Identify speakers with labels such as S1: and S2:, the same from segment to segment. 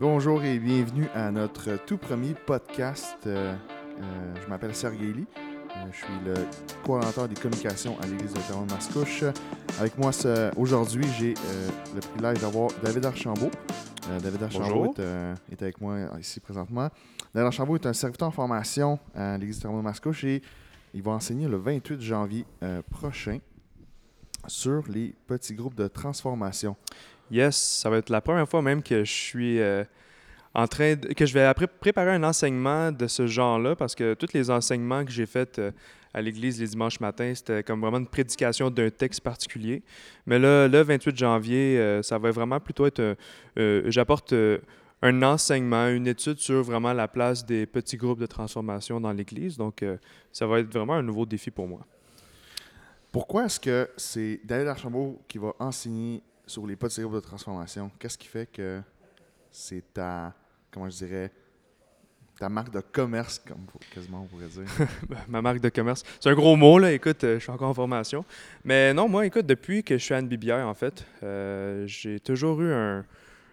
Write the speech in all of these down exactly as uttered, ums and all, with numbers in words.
S1: Bonjour et bienvenue à notre tout premier podcast. Euh, euh, je m'appelle Sergueï Ly. Euh, je suis le coordonnateur des communications à l'Église de Terrebonne-Mascouche. Avec moi ce, aujourd'hui, j'ai euh, le privilège d'avoir David Archambault. Euh, David Archambault est, euh, est avec moi ici présentement. David Archambault est un serviteur en formation à l'Église de Terrebonne-Mascouche et il va enseigner le vingt-huit janvier euh, prochain sur les petits groupes de transformation.
S2: Yes, ça va être la première fois même que je suis euh, en train de, que je vais après préparer un enseignement de ce genre-là, parce que tous les enseignements que j'ai faits euh, à l'église les dimanches matins, c'était comme vraiment une prédication d'un texte particulier. Mais là, le vingt-huit janvier, euh, ça va vraiment plutôt être, euh, euh, j'apporte euh, un enseignement, une étude sur vraiment la place des petits groupes de transformation dans l'église. Donc, euh, ça va être vraiment un nouveau défi pour moi.
S1: Pourquoi est-ce que c'est David Archambault qui va enseigner sur les petits groupes de transformation? Qu'est-ce qui fait que c'est ta, comment je dirais, ta marque de commerce, comme quasiment on pourrait dire?
S2: Ma marque de commerce. C'est un gros mot, là. Écoute, euh, je suis encore en formation. Mais non, moi, écoute, depuis que je suis à Anne Bibière, en fait, euh, j'ai toujours eu un,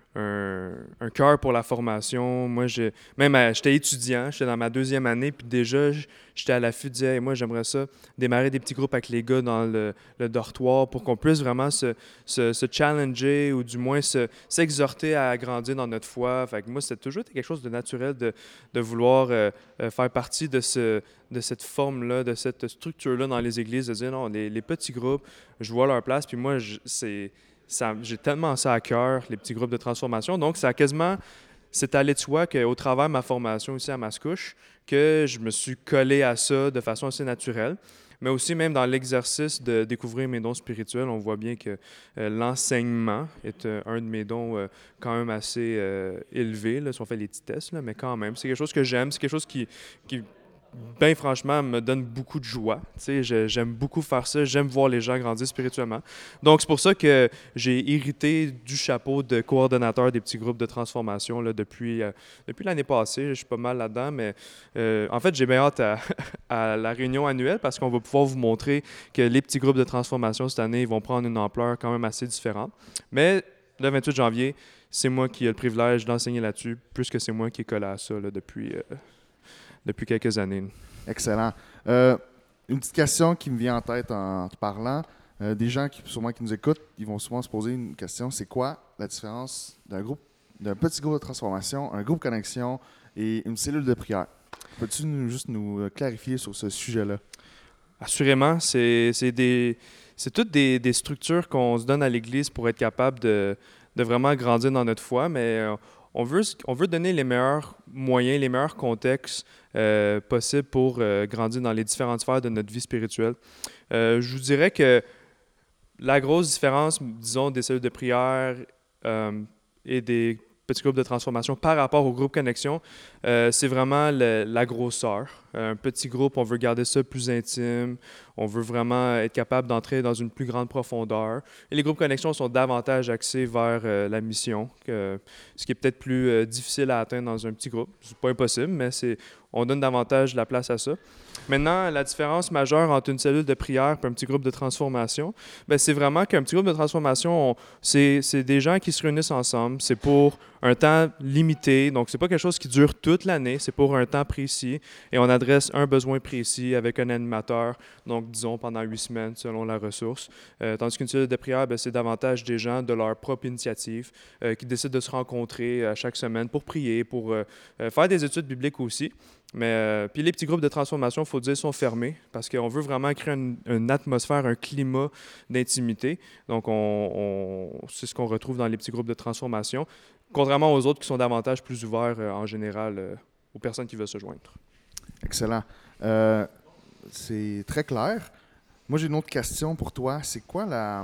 S2: un, un cœur pour la formation. Moi, j'ai, même à- j'étais étudiant, j'étais dans ma deuxième année, puis déjà, j- j'étais à l'affût de dire, Hey, moi, j'aimerais ça, démarrer des petits groupes avec les gars dans le, le dortoir pour qu'on puisse vraiment se, se, se challenger ou du moins se, s'exhorter à grandir dans notre foi. Fait que moi, c'était toujours été quelque chose de naturel de, de vouloir euh, euh, faire partie de, ce, de cette forme-là, de cette structure-là dans les églises, de dire non, les, les petits groupes, je vois leur place, puis moi, je- c'est Ça, j'ai tellement ça à cœur, les petits groupes de transformation. Donc, ça a quasiment, c'est allé de soi qu'au travers de ma formation ici à Mascouche, que je me suis collé à ça de façon assez naturelle. Mais aussi, même dans l'exercice de découvrir mes dons spirituels, on voit bien que euh, l'enseignement est euh, un de mes dons euh, quand même assez euh, élevé, là, si on fait les petits tests, là, mais quand même, c'est quelque chose que j'aime, c'est quelque chose qui, qui ben franchement, me donne beaucoup de joie. Tu sais, je- j'aime beaucoup faire ça. J'aime voir les gens grandir spirituellement. Donc, c'est pour ça que j'ai hérité du chapeau de coordonnateur des petits groupes de transformation là, depuis, euh, depuis l'année passée. Je suis pas mal là-dedans, mais euh, en fait, j'ai bien hâte à, à la réunion annuelle parce qu'on va pouvoir vous montrer que les petits groupes de transformation cette année ils vont prendre une ampleur quand même assez différente. Mais le vingt-huit janvier, c'est moi qui ai le privilège d'enseigner là-dessus, puisque c'est moi qui ai collé à ça là, depuis... euh, depuis quelques années.
S1: Excellent. Euh, une petite question qui me vient en tête en te parlant. Euh, des gens qui, sûrement qui nous écoutent, ils vont souvent se poser une question. C'est quoi la différence d'un groupe, d'un petit groupe de transformation, un groupe connexion et une cellule de prière? Peux-tu nous, juste nous clarifier sur ce sujet-là?
S2: Assurément, c'est, c'est, des, c'est toutes des, des structures qu'on se donne à l'Église pour être capable de, de vraiment grandir dans notre foi, mais euh, on veut, on veut donner les meilleurs moyens, les meilleurs contextes euh, possibles pour euh, grandir dans les différentes sphères de notre vie spirituelle. Euh, je vous dirais que la grosse différence, disons, des cellules de prière euh, et des petits groupes de transformation par rapport au groupe Connexion, euh, c'est vraiment le- la grosseur. Un petit groupe, on veut garder ça plus intime, on veut vraiment être capable d'entrer dans une plus grande profondeur. Et les groupes Connexion sont davantage axés vers euh, la mission, que- ce qui est peut-être plus euh, difficile à atteindre dans un petit groupe. C'est pas impossible, mais c'est, on donne davantage la place à ça. Maintenant, la différence majeure entre une cellule de prière et un petit groupe de transformation, ben, c'est vraiment qu'un petit groupe de transformation, on- c'est, c'est des gens qui se réunissent ensemble. C'est pour un temps limité, donc c'est pas quelque chose qui dure toute l'année, c'est pour un temps précis et on adresse un besoin précis avec un animateur, donc disons pendant huit semaines selon la ressource. Euh, tandis qu'une cellule de prière, ben, c'est davantage des gens de leur propre initiative euh, qui décident de se rencontrer à chaque semaine pour prier, pour euh, euh, faire des études bibliques aussi. Mais euh, puis les petits groupes de transformation, il faut dire, sont fermés parce qu'on veut vraiment créer une, une atmosphère, un climat d'intimité. Donc, on, on- c'est ce qu'on retrouve dans les petits groupes de transformation, contrairement aux autres qui sont davantage plus ouverts euh, en général euh, aux personnes qui veulent se joindre.
S1: Excellent. Euh, c'est très clair. Moi, j'ai une autre question pour toi. C'est quoi la...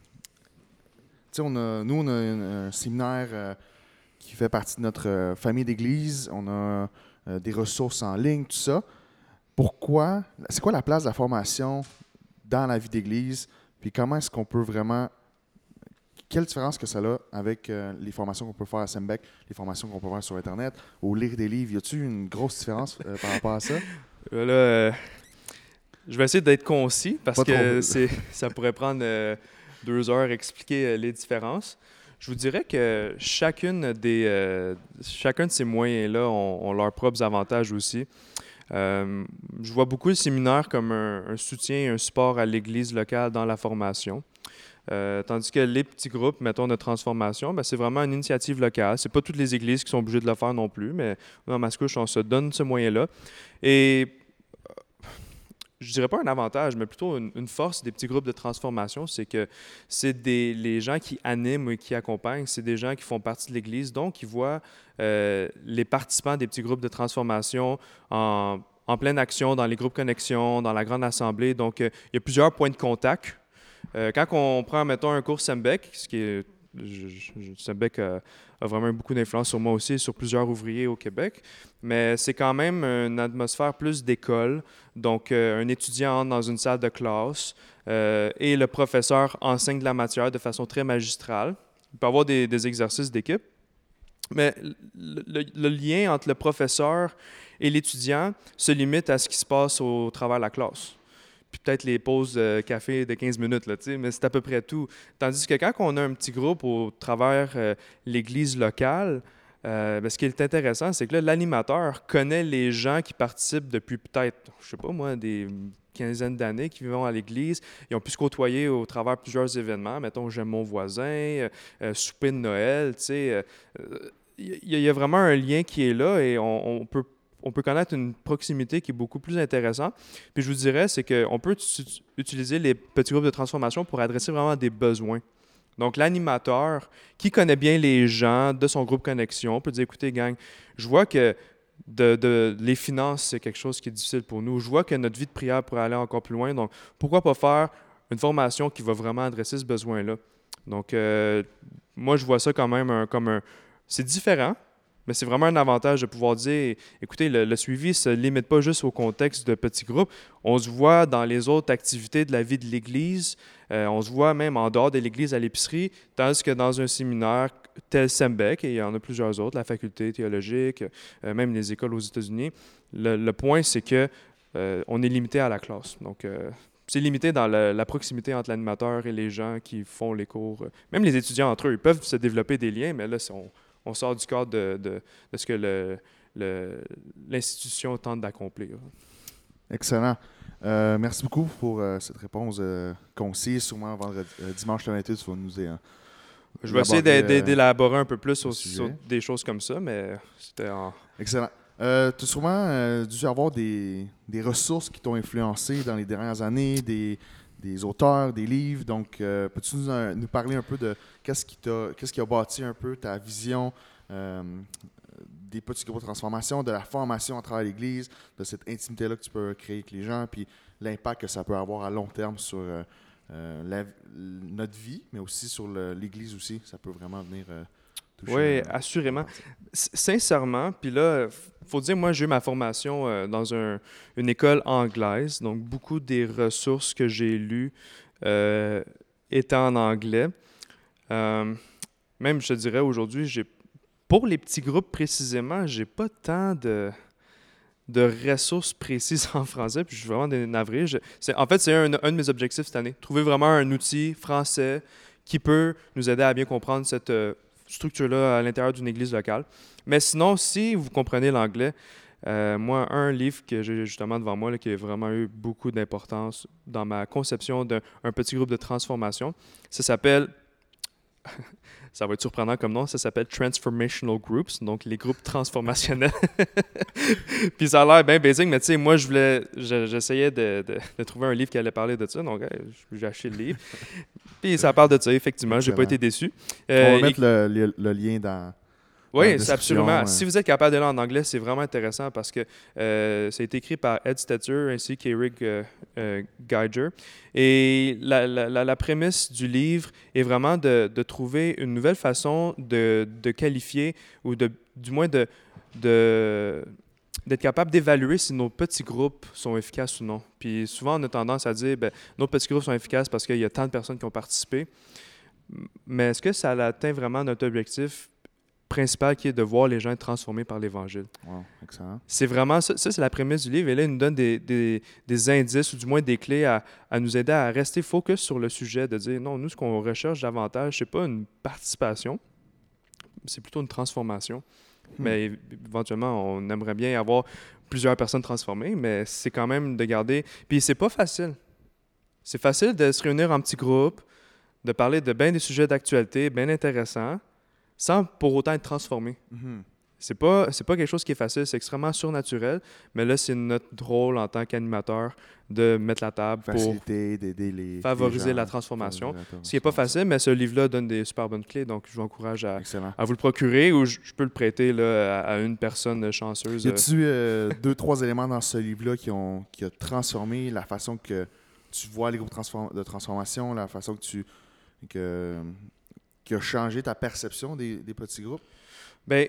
S1: Tu sais, on a, nous, on a un, un séminaire euh, qui fait partie de notre euh, famille d'église. On a euh, des ressources en ligne, tout ça. Pourquoi, c'est quoi la place de la formation dans la vie d'église? Puis comment est-ce qu'on peut vraiment, quelle différence que ça a avec euh, les formations qu'on peut faire à Sembec, les formations qu'on peut faire sur Internet, ou lire des livres? Y a-t-il une grosse différence euh, par rapport à ça?
S2: Euh, Là, euh, je vais essayer d'être concis parce
S1: Pas trop.
S2: que c'est, ça pourrait prendre euh, deux heures à expliquer euh, les différences. Je vous dirais que chacune des, euh, chacun de ces moyens-là ont, ont leurs propres avantages aussi. Euh, je vois beaucoup le séminaire comme un, un soutien et un support à l'Église locale dans la formation. Euh, tandis que les petits groupes, mettons, de transformation, ben, c'est vraiment une initiative locale. C'est pas toutes les églises qui sont obligées de le faire non plus, mais dans Mascouche, on se donne ce moyen-là. Et euh, je dirais pas un avantage, mais plutôt une, une force des petits groupes de transformation, c'est que c'est des, les gens qui animent et qui accompagnent, c'est des gens qui font partie de l'Église, donc ils voient euh, les participants des petits groupes de transformation en, en pleine action dans les groupes connexion, dans la grande assemblée. Donc, euh, il y a plusieurs points de contact. Euh, quand on prend, mettons, un cours Sembec, ce qui est, je, je, Sembec a, a vraiment eu beaucoup d'influence sur moi aussi et sur plusieurs ouvriers au Québec, mais c'est quand même une atmosphère plus d'école. Donc, euh, un étudiant entre dans une salle de classe euh, et le professeur enseigne de la matière de façon très magistrale. Il peut y avoir des, des exercices d'équipe, mais le, le, le lien entre le professeur et l'étudiant se limite à ce qui se passe au travers de la classe. Puis peut-être les pauses de café de quinze minutes, là, mais c'est à peu près tout. Tandis que quand on a un petit groupe au travers euh, l'église locale, euh, ben, ce qui est intéressant, c'est que là, l'animateur connaît les gens qui participent depuis peut-être, je sais pas moi, des quinzaine d'années qui vont à l'église. Ils ont pu se côtoyer au travers plusieurs événements. Mettons, j'aime mon voisin, euh, euh, souper de Noël, tu sais. Il y, y a vraiment un lien qui est là et on, on peut on peut connaître une proximité qui est beaucoup plus intéressante. Puis je vous dirais, c'est qu'on peut utiliser les petits groupes de transformation pour adresser vraiment des besoins. Donc, l'animateur qui connaît bien les gens de son groupe connexion peut dire, écoutez, gang, je vois que de, de, les finances, c'est quelque chose qui est difficile pour nous. Je vois que notre vie de prière pourrait aller encore plus loin. Donc, pourquoi pas faire une formation qui va vraiment adresser ce besoin-là? Donc, euh, moi, je vois ça quand même un, comme un... C'est différent, mais c'est vraiment un avantage de pouvoir dire, écoutez, le, le suivi ne se limite pas juste au contexte de petits groupes. On se voit dans les autres activités de la vie de l'Église. Euh, on se voit même en dehors de l'Église à l'épicerie, tandis que dans un séminaire tel Sembec, et il y en a plusieurs autres, la faculté théologique, euh, même les écoles aux États-Unis, le, le point, c'est que euh, on est limité à la classe. Donc, euh, c'est limité dans la, la proximité entre l'animateur et les gens qui font les cours. Même les étudiants entre eux, ils peuvent se développer des liens, mais là, on... On sort du cadre de, de, de ce que le, le, l'institution tente d'accomplir.
S1: Excellent. Euh, merci beaucoup pour euh, cette réponse euh, concise. Sûrement vendredi, euh, dimanche le vingt-huit, tu vas nous dire.
S2: Je vais essayer euh, d'élaborer un peu plus sur, sur des choses comme ça, mais c'était en...
S1: Excellent. Euh, tu as sûrement euh, dû avoir des, des ressources qui t'ont influencé dans les dernières années, des... des auteurs, des livres. Donc, euh, peux-tu nous, euh, nous parler un peu de qu'est-ce qui, t'a, qu'est-ce qui a bâti un peu ta vision euh, des petits groupes de transformation, de la formation à travers l'Église, de cette intimité-là que tu peux créer avec les gens, puis l'impact que ça peut avoir à long terme sur euh, euh, la, notre vie, mais aussi sur le, l'Église aussi. Ça peut vraiment venir euh, toucher.
S2: Oui,
S1: euh,
S2: assurément. S- sincèrement, puis là, il faut dire, moi, j'ai eu ma formation euh, dans un, une école anglaise, donc beaucoup des ressources que j'ai lues euh, étaient en anglais. Euh, même, je te dirais, aujourd'hui, j'ai, pour les petits groupes précisément, j'ai pas tant de, de ressources précises en français, puis je suis vraiment navré. Je, c'est, en fait, c'est un, un de mes objectifs cette année, trouver vraiment un outil français qui peut nous aider à bien comprendre cette euh, structure-là à l'intérieur d'une église locale. Mais sinon, si vous comprenez l'anglais, euh, moi, un livre que j'ai justement devant moi, là, qui a vraiment eu beaucoup d'importance dans ma conception d'un petit groupe de transformation, ça s'appelle... Ça va être surprenant comme nom, ça s'appelle Transformational Groups, donc les groupes transformationnels. Puis ça a l'air bien basic, mais tu sais, moi, je voulais, je, j'essayais de, de, de trouver un livre qui allait parler de ça, donc hey, j'ai acheté le livre. Puis ça parle de ça, effectivement, j'ai pas été déçu.
S1: Euh, On va mettre et... le, le, le lien dans...
S2: Oui, c'est absolument. Euh... Si vous êtes capable de lire en anglais, c'est vraiment intéressant parce que euh, ça a été écrit par Ed Stetzer ainsi qu'Eric euh, euh, Geiger. Et la, la, la prémisse du livre est vraiment de, de trouver une nouvelle façon de, de qualifier ou de, du moins de, de, d'être capable d'évaluer si nos petits groupes sont efficaces ou non. Puis souvent, on a tendance à dire, ben, nos petits groupes sont efficaces parce qu'il y a tant de personnes qui ont participé. Mais est-ce que ça atteint vraiment notre objectif principal qui est de voir les gens être transformés par l'Évangile.
S1: Wow, excellent.
S2: C'est vraiment ça, ça c'est la prémisse du livre. Et là, il nous donne des, des, des indices ou du moins des clés à, à nous aider à rester focus sur le sujet, de dire non, nous, ce qu'on recherche davantage, c'est pas une participation, c'est plutôt une transformation. Hmm. Mais éventuellement, on aimerait bien avoir plusieurs personnes transformées, mais c'est quand même de garder... Puis c'est pas facile. C'est facile de se réunir en petits groupes, de parler de bien des sujets d'actualité, bien intéressants, sans pour autant être transformé. Mm-hmm. C'est pas, c'est pas quelque chose qui est facile, c'est extrêmement surnaturel, mais là, c'est notre rôle en tant qu'animateur de mettre la table
S1: Faciliter, pour d'aider les,
S2: favoriser
S1: les gens,
S2: la transformation.
S1: favoriser la
S2: Ce qui n'est pas facile, mais ce livre-là donne des super bonnes clés, donc je vous encourage à, à vous le procurer ou je, je peux le prêter là, à, à une personne chanceuse.
S1: Y a-tu euh, deux, trois éléments dans ce livre-là qui ont, qui ont transformé la façon que tu vois les groupes transform- de transformation, la façon que tu... Que, qui a changé ta perception des, des petits groupes?
S2: Bien...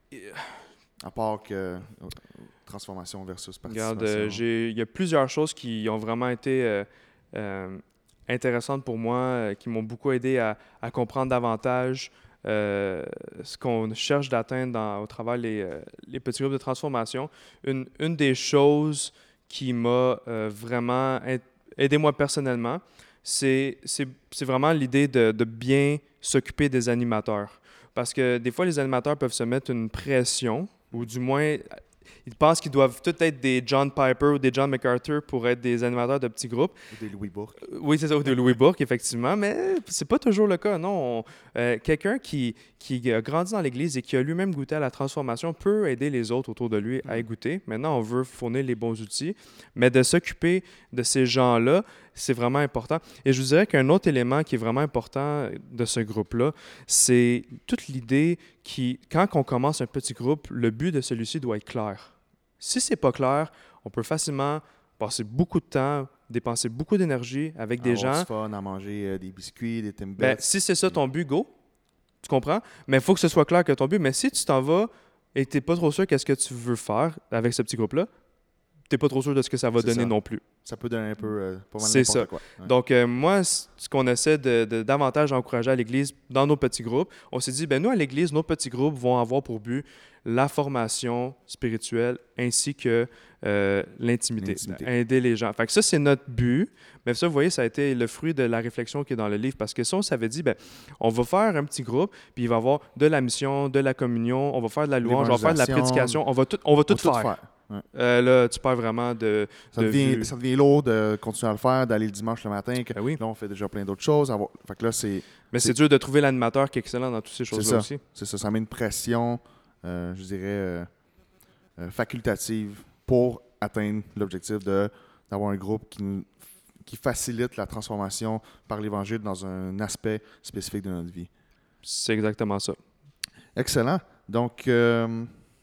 S1: À part que euh, transformation versus participation.
S2: Regarde, euh, j'ai, il y a plusieurs choses qui ont vraiment été euh, euh, intéressantes pour moi, euh, qui m'ont beaucoup aidé à, à comprendre davantage euh, ce qu'on cherche d'atteindre dans, au travers les, euh, les petits groupes de transformation. Une, une des choses qui m'a euh, vraiment aidé moi personnellement, c'est, c'est, c'est vraiment l'idée de, de bien s'occuper des animateurs. Parce que des fois, les animateurs peuvent se mettre une pression, ou du moins, ils pensent qu'ils doivent tous être des John Piper ou des John MacArthur pour être des animateurs de petits groupes.
S1: Ou des Louis Bourque.
S2: Oui, c'est ça, ou des Louis Bourque, effectivement, mais c'est pas toujours le cas, non. On, euh, quelqu'un qui, qui a grandi dans l'Église et qui a lui-même goûté à la transformation peut aider les autres autour de lui à y goûter. Maintenant, on veut fournir les bons outils, mais de s'occuper de ces gens-là, c'est vraiment important. Et je vous dirais qu'un autre élément qui est vraiment important de ce groupe-là, c'est toute l'idée qui, quand on commence un petit groupe, le but de celui-ci doit être clair. Si c'est pas clair, on peut facilement passer beaucoup de temps, dépenser beaucoup d'énergie avec des
S1: avoir
S2: gens.
S1: Du fun, à manger euh, des biscuits, des Timbits.
S2: Ben, si c'est ça ton but, go. Tu comprends? Mais il faut que ce soit clair que ton but. Mais si tu t'en vas et que tu n'es pas trop sûr qu'est-ce que tu veux faire avec ce petit groupe-là, tu n'es pas trop sûr de ce que ça va c'est donner ça. Non plus.
S1: Ça peut donner un peu euh, pas mal
S2: c'est
S1: n'importe
S2: ça.
S1: quoi. Ouais.
S2: Donc, euh, moi, ce qu'on essaie de, de davantage encourager à l'Église dans nos petits groupes, on s'est dit, ben nous, à l'Église, nos petits groupes vont avoir pour but la formation spirituelle ainsi que euh, l'intimité, l'intimité. Aider les gens. Fait que ça, c'est notre but. Mais ça, vous voyez, ça a été le fruit de la réflexion qui est dans le livre. Parce que ça, on s'avait dit, ben, on va faire un petit groupe, puis il va y avoir de la mission, de la communion, on va faire de la louange, on va faire de la prédication, on va tout, on va tout, on va faire. Tout faire. Ouais. Euh, là, tu perds vraiment de...
S1: Ça,
S2: de
S1: devient, ça devient lourd de continuer à le faire, d'aller le dimanche le matin. Que,
S2: ben oui.
S1: Là, on fait déjà plein d'autres choses. Avoir, fait que là, c'est,
S2: Mais c'est, c'est dur de trouver l'animateur qui est excellent dans toutes ces choses-là
S1: c'est
S2: aussi.
S1: C'est ça. Ça met une pression, euh, je dirais, euh, euh, facultative pour atteindre l'objectif de, d'avoir un groupe qui, qui facilite la transformation par l'Évangile dans un aspect spécifique de notre vie.
S2: C'est exactement ça.
S1: Excellent. Donc... Euh,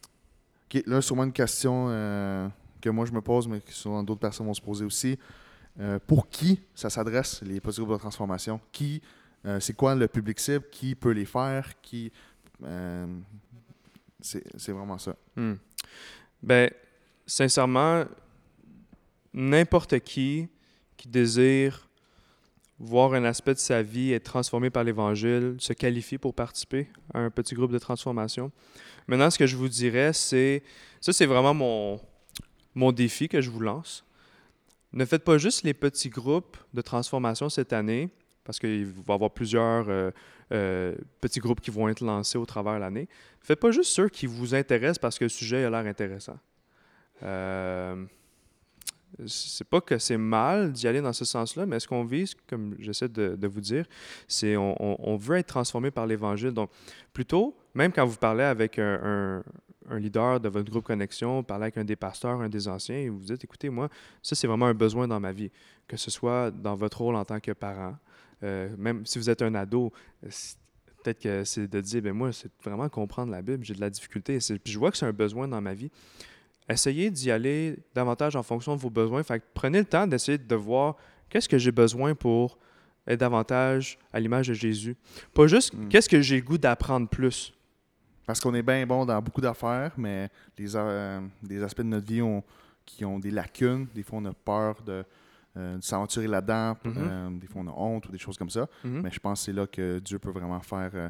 S1: Okay, là, sûrement une question euh, que moi je me pose, mais que souvent d'autres personnes vont se poser aussi. Euh, pour qui ça s'adresse, les petits groupes de transformation? Qui, euh, c'est quoi le public cible? Qui peut les faire? Qui, euh, c'est, c'est vraiment ça.
S2: Hmm. Ben, sincèrement, n'importe qui qui désire voir un aspect de sa vie être transformé par l'Évangile se qualifie pour participer à un petit groupe de transformation. Maintenant, ce que je vous dirais, c'est... Ça, c'est vraiment mon, mon défi que je vous lance. Ne faites pas juste les petits groupes de transformation cette année, parce qu'il va y avoir plusieurs euh, euh, petits groupes qui vont être lancés au travers de l'année. Faites pas juste ceux qui vous intéressent parce que le sujet a l'air intéressant. Euh, c'est pas que c'est mal d'y aller dans ce sens-là, mais ce qu'on vise, comme j'essaie de, de vous dire, c'est on, on, on veut être transformé par l'Évangile. Donc, plutôt, même quand vous parlez avec un, un, un leader de votre groupe Connexion, parlez avec un des pasteurs, un des anciens, et vous dites, écoutez, moi, ça, c'est vraiment un besoin dans ma vie, que ce soit dans votre rôle en tant que parent, euh, même si vous êtes un ado, peut-être que c'est de dire, bien moi, c'est vraiment comprendre la Bible, j'ai de la difficulté, c'est, puis je vois que c'est un besoin dans ma vie. Essayez d'y aller davantage en fonction de vos besoins. Fait que prenez le temps d'essayer de voir qu'est-ce que j'ai besoin pour être davantage à l'image de Jésus. Pas juste mm. qu'est-ce que j'ai le goût d'apprendre plus.
S1: Parce qu'on est bien bon dans beaucoup d'affaires, mais les, euh, des aspects de notre vie ont, qui ont des lacunes. Des fois, on a peur de, euh, de s'aventurer là-dedans. Mm-hmm. Euh, des fois, on a honte ou des choses comme ça. Mm-hmm. Mais je pense que c'est là que Dieu peut vraiment faire euh,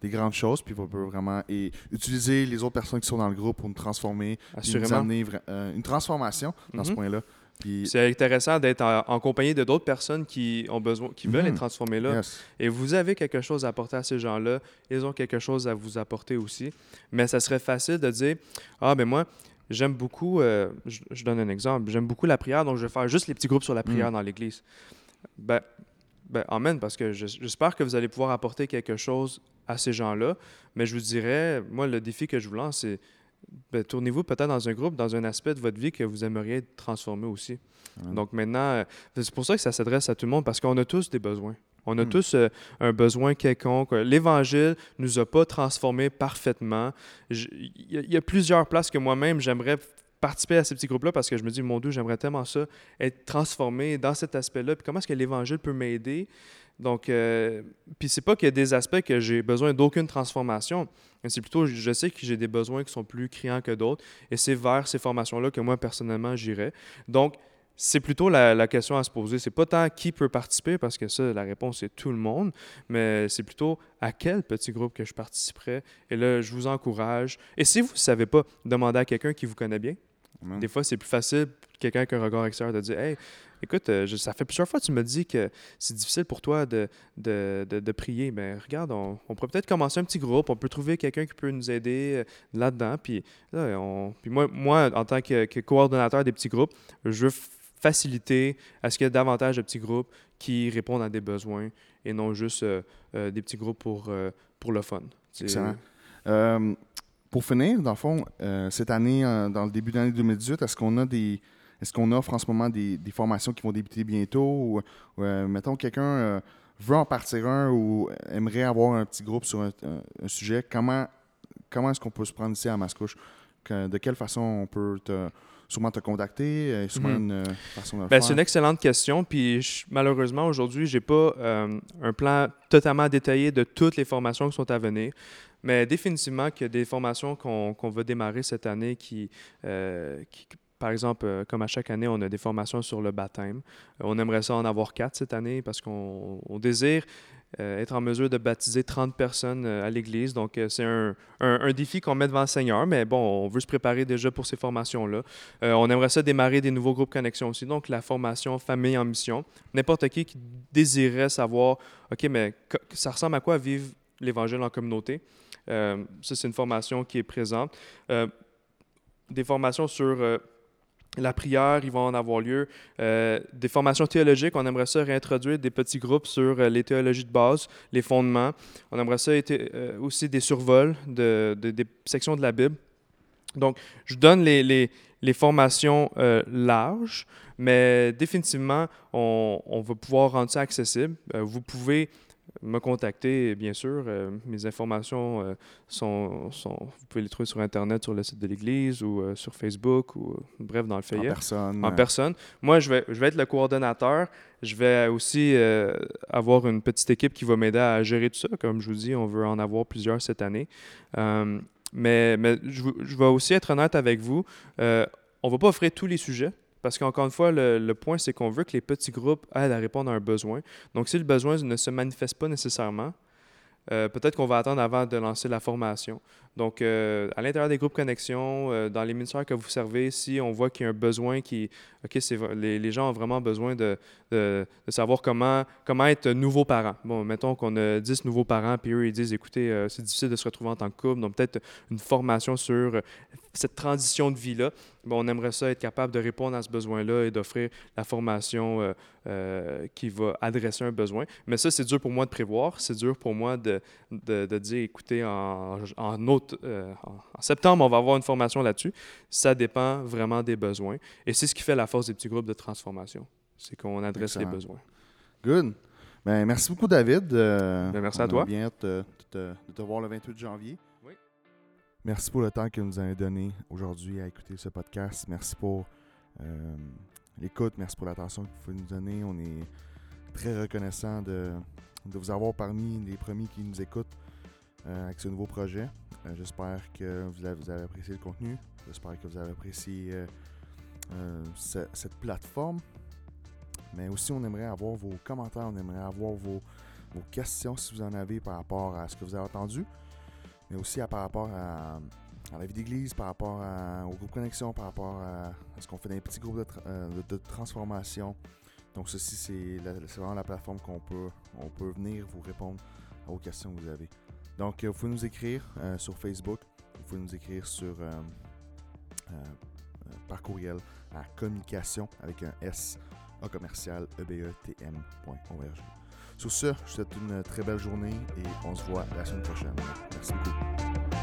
S1: des grandes choses, puis on peut vraiment et utiliser les autres personnes qui sont dans le groupe pour nous transformer, puis nous amener euh, une transformation dans mm-hmm. ce point-là. Puis...
S2: C'est intéressant d'être en, en compagnie de d'autres personnes qui ont besoin, qui mm-hmm. veulent être transformées là.
S1: Yes.
S2: Et vous avez quelque chose à apporter à ces gens-là, ils ont quelque chose à vous apporter aussi. Mais ça serait facile de dire, ah ben moi, j'aime beaucoup, euh, je, je donne un exemple, j'aime beaucoup la prière, donc je vais faire juste les petits groupes sur la prière mm. dans l'Église. Ben, ben, amen, parce que je, j'espère que vous allez pouvoir apporter quelque chose à ces gens-là. Mais je vous dirais, moi, le défi que je vous lance, c'est ben, tournez-vous peut-être dans un groupe, dans un aspect de votre vie que vous aimeriez être transformé aussi. Mm. Donc maintenant, c'est pour ça que ça s'adresse à tout le monde, parce qu'on a tous des besoins. On a mm. tous euh, un besoin quelconque. L'Évangile ne nous a pas transformés parfaitement. Il y, y a plusieurs places que moi-même, j'aimerais participer à ces petits groupes-là parce que je me dis, mon Dieu, j'aimerais tellement ça, être transformé dans cet aspect-là. Puis comment est-ce que l'Évangile peut m'aider? Donc, euh, puis c'est pas qu'il y a des aspects que j'ai besoin d'aucune transformation. C'est plutôt, je sais que j'ai des besoins qui sont plus criants que d'autres. Et c'est vers ces formations-là que moi, personnellement, j'irais. Donc, c'est plutôt la, la question à se poser. C'est pas tant qui peut participer, parce que ça, la réponse, c'est tout le monde, mais c'est plutôt à quel petit groupe que je participerais. Et là, je vous encourage. Et si vous ne savez pas, demandez à quelqu'un qui vous connaît bien. Mmh. Des fois, c'est plus facile, quelqu'un qui a un regard extérieur, de dire « Hey, écoute, euh, je, ça fait plusieurs fois que tu me dis que c'est difficile pour toi de, de, de, de prier. Ben, regarde, on, on pourrait peut-être commencer un petit groupe. On peut trouver quelqu'un qui peut nous aider euh, là-dedans. » Puis, là, on, puis moi, moi, en tant que, que coordonnateur des petits groupes, je veux faciliter à ce qu'il y ait davantage de petits groupes qui répondent à des besoins et non juste euh, euh, des petits groupes pour, euh, pour le fun. C'est...
S1: Excellent. Euh, pour finir, dans le fond, euh, cette année, euh, dans le début de l'année deux mille dix-huit, est-ce qu'on a des est-ce qu'on offre en ce moment des, des formations qui vont débuter bientôt ou, ou euh, mettons, quelqu'un euh, veut en partir un ou aimerait avoir un petit groupe sur un, un, un sujet, comment, comment est-ce qu'on peut se prendre ici à Mascouche? Que, de quelle façon on peut te... Sûrement te contacter, sûrement mm-hmm. une euh, façon de le
S2: ben,
S1: faire.
S2: C'est une excellente question. Puis je, malheureusement, aujourd'hui, je n'ai pas euh, un plan totalement détaillé de toutes les formations qui sont à venir. Mais définitivement qu'il y a des formations qu'on, qu'on va démarrer cette année qui, euh, qui par exemple, euh, comme à chaque année, on a des formations sur le baptême. Euh, on aimerait ça en avoir quatre cette année parce qu'on on désire Euh, être en mesure de baptiser trente personnes euh, à l'Église. Donc, euh, c'est un, un, un défi qu'on met devant le Seigneur, mais bon, on veut se préparer déjà pour ces formations-là. Euh, on aimerait ça démarrer des nouveaux groupes connexion aussi, donc la formation Famille en mission. N'importe qui qui désirerait savoir, OK, mais co- ça ressemble à quoi vivre l'Évangile en communauté? Euh, ça, c'est une formation qui est présente. Euh, des formations sur... Euh, la prière, ils vont en avoir lieu. Euh, des formations théologiques, on aimerait ça réintroduire des petits groupes sur euh, les théologies de base, les fondements. On aimerait ça être, euh, aussi des survols de, de, des sections de la Bible. Donc, je donne les, les, les formations euh, larges, mais définitivement, on, on va pouvoir rendre ça accessible. Euh, vous pouvez me contacter, bien sûr. Euh, mes informations euh, sont, sont... Vous pouvez les trouver sur Internet, sur le site de l'Église ou euh, sur Facebook, ou bref, dans le feuillet.
S1: En personne.
S2: En personne. Moi, je vais, je vais être le coordonnateur. Je vais aussi euh, avoir une petite équipe qui va m'aider à gérer tout ça. Comme je vous dis, on veut en avoir plusieurs cette année. Euh, mais mais je, je vais aussi être honnête avec vous. Euh, on ne va pas offrir tous les sujets. Parce qu'encore une fois, le, le point, c'est qu'on veut que les petits groupes aident à répondre à un besoin. Donc, si le besoin ne se manifeste pas nécessairement, euh, peut-être qu'on va attendre avant de lancer la formation. Donc, euh, à l'intérieur des groupes connexion, euh, dans les ministères que vous servez, si on voit qu'il y a un besoin qui... OK, c'est, les, les gens ont vraiment besoin de, de, de savoir comment, comment être nouveaux parents. Bon, mettons qu'on a dix nouveaux parents, puis eux, ils disent, écoutez, euh, c'est difficile de se retrouver en tant que couple, donc peut-être une formation sur cette transition de vie-là. Bon, on aimerait ça être capable de répondre à ce besoin-là et d'offrir la formation euh, euh, qui va adresser un besoin. Mais ça, c'est dur pour moi de prévoir. C'est dur pour moi de, de, de dire, écoutez, en, en, autre, euh, en septembre, on va avoir une formation là-dessus. Ça dépend vraiment des besoins. Et c'est ce qui fait la force des petits groupes de transformation. C'est qu'on adresse Excellent. Les besoins.
S1: Good. Ben, merci beaucoup, David. Euh,
S2: ben, merci à toi.
S1: On a bien hâte de, de, de te voir le vingt-huit janvier. Oui. Merci pour le temps que vous nous avez donné aujourd'hui à écouter ce podcast. Merci pour euh, l'écoute. Merci pour l'attention que vous pouvez nous donner. On est très reconnaissant de, de vous avoir parmi les premiers qui nous écoutent euh, avec ce nouveau projet. Euh, j'espère que vous avez, vous avez apprécié le contenu. J'espère que vous avez apprécié euh, euh, ce, cette plateforme. Mais aussi, on aimerait avoir vos commentaires, on aimerait avoir vos, vos questions si vous en avez par rapport à ce que vous avez entendu, mais aussi à, par rapport à, à la vie d'église, par rapport à, au groupe Connexion, par rapport à, à ce qu'on fait dans les petits groupes de, tra- euh, de, de transformation. Donc ceci, c'est, la, c'est vraiment la plateforme qu'on peut, on peut venir vous répondre à vos questions que vous avez. Donc, euh, vous pouvez nous écrire euh, sur Facebook, vous pouvez nous écrire sur euh, euh, euh, par courriel à communication avec un S A commercial E B E T M point org. Sur ce, je vous souhaite une très belle journée et on se voit la semaine prochaine. Merci beaucoup.